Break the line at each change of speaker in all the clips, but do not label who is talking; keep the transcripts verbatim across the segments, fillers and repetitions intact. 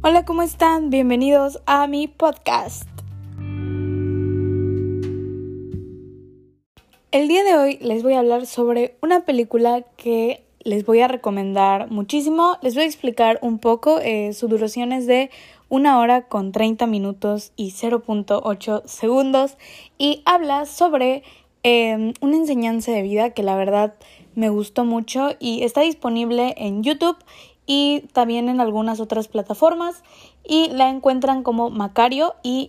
Hola, ¿cómo están? Bienvenidos a mi podcast. El día de hoy les voy a hablar sobre una película que les voy a recomendar muchísimo. Les voy a explicar un poco. Eh, su duración es de una hora con treinta minutos y cero punto ocho segundos y habla sobre eh, una enseñanza de vida que la verdad me gustó mucho y está disponible en YouTube y también en algunas otras plataformas y la encuentran como Macario y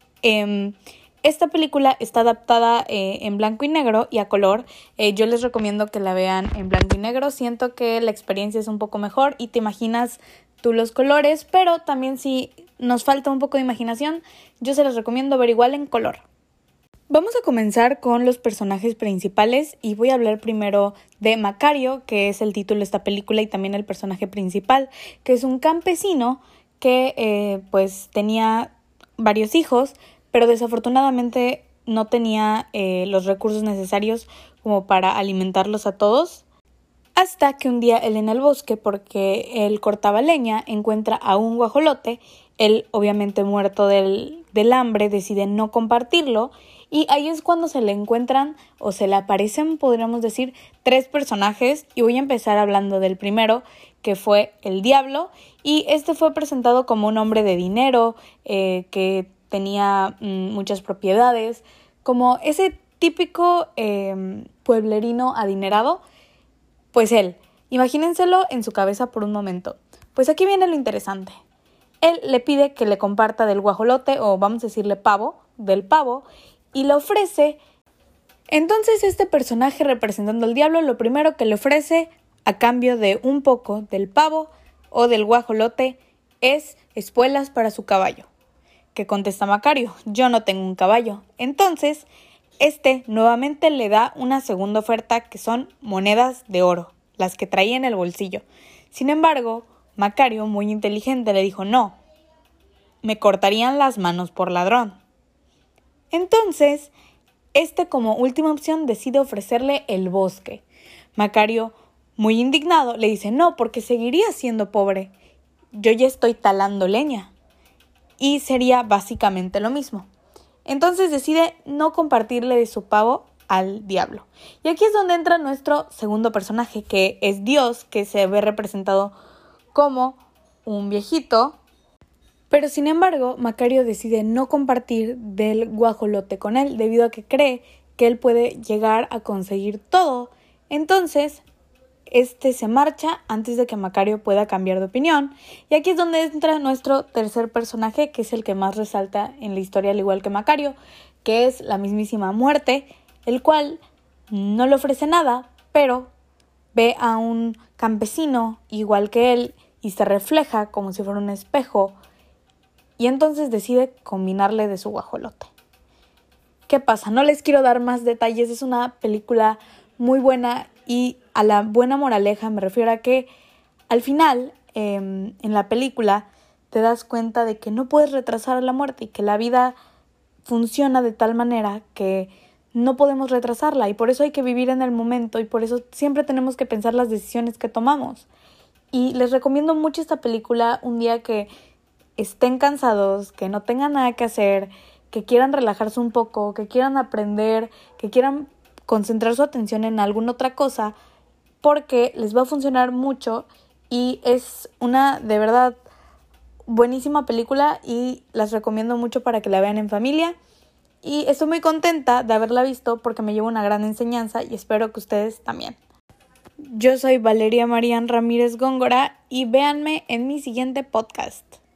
eh, esta película está adaptada eh, en blanco y negro y a color. Eh, yo les recomiendo que la vean en blanco y negro. Siento que la experiencia es un poco mejor y te imaginas tú los colores, pero también si nos falta un poco de imaginación, yo se los recomiendo ver igual en color. Vamos a comenzar con los personajes principales y voy a hablar primero de Macario, que es el título de esta película y también el personaje principal, que es un campesino que eh, pues tenía varios hijos, pero desafortunadamente no tenía eh, los recursos necesarios como para alimentarlos a todos. Hasta que un día él en el bosque, porque él cortaba leña, encuentra a un guajolote. Él, obviamente muerto del, del hambre, decide no compartirlo. Y ahí es cuando se le encuentran, o se le aparecen, podríamos decir, tres personajes. Y voy a empezar hablando del primero, que fue el Diablo. Y este fue presentado como un hombre de dinero, eh, que tenía mmm, muchas propiedades. Como ese típico eh, pueblerino adinerado. Pues él, imagínenselo en su cabeza por un momento. Pues aquí viene lo interesante. Él le pide que le comparta del guajolote, o vamos a decirle pavo, del pavo, y le ofrece. Entonces este personaje representando al diablo, lo primero que le ofrece a cambio de un poco del pavo o del guajolote es espuelas para su caballo. Que contesta Macario: yo no tengo un caballo. Entonces este nuevamente le da una segunda oferta, que son monedas de oro, las que traía en el bolsillo. Sin embargo, Macario, muy inteligente, le dijo: no, me cortarían las manos por ladrón. Entonces, este como última opción decide ofrecerle el bosque. Macario, muy indignado, le dice: no, porque seguiría siendo pobre. Yo ya estoy talando leña. Y sería básicamente lo mismo. Entonces decide no compartirle de su pavo al diablo. Y aquí es donde entra nuestro segundo personaje, que es Dios, que se ve representado como un viejito. Pero sin embargo, Macario decide no compartir del guajolote con él, debido a que cree que él puede llegar a conseguir todo. Entonces, este se marcha antes de que Macario pueda cambiar de opinión. Y aquí es donde entra nuestro tercer personaje, que es el que más resalta en la historia, al igual que Macario, que es la mismísima Muerte, el cual no le ofrece nada, pero ve a un campesino igual que él y se refleja como si fuera un espejo, y entonces decide combinarle de su guajolote. ¿Qué pasa? No les quiero dar más detalles, es una película muy buena. Y a la buena moraleja me refiero a que al final, eh, en la película, te das cuenta de que no puedes retrasar la muerte y que la vida funciona de tal manera que no podemos retrasarla. Y por eso hay que vivir en el momento y por eso siempre tenemos que pensar las decisiones que tomamos. Y les recomiendo mucho esta película un día que estén cansados, que no tengan nada que hacer, que quieran relajarse un poco, que quieran aprender, que quieran concentrar su atención en alguna otra cosa, porque les va a funcionar mucho y es una de verdad buenísima película y las recomiendo mucho para que la vean en familia. Y estoy muy contenta de haberla visto porque me lleva una gran enseñanza y espero que ustedes también. Yo soy Valeria Marian Ramírez Góngora y véanme en mi siguiente podcast.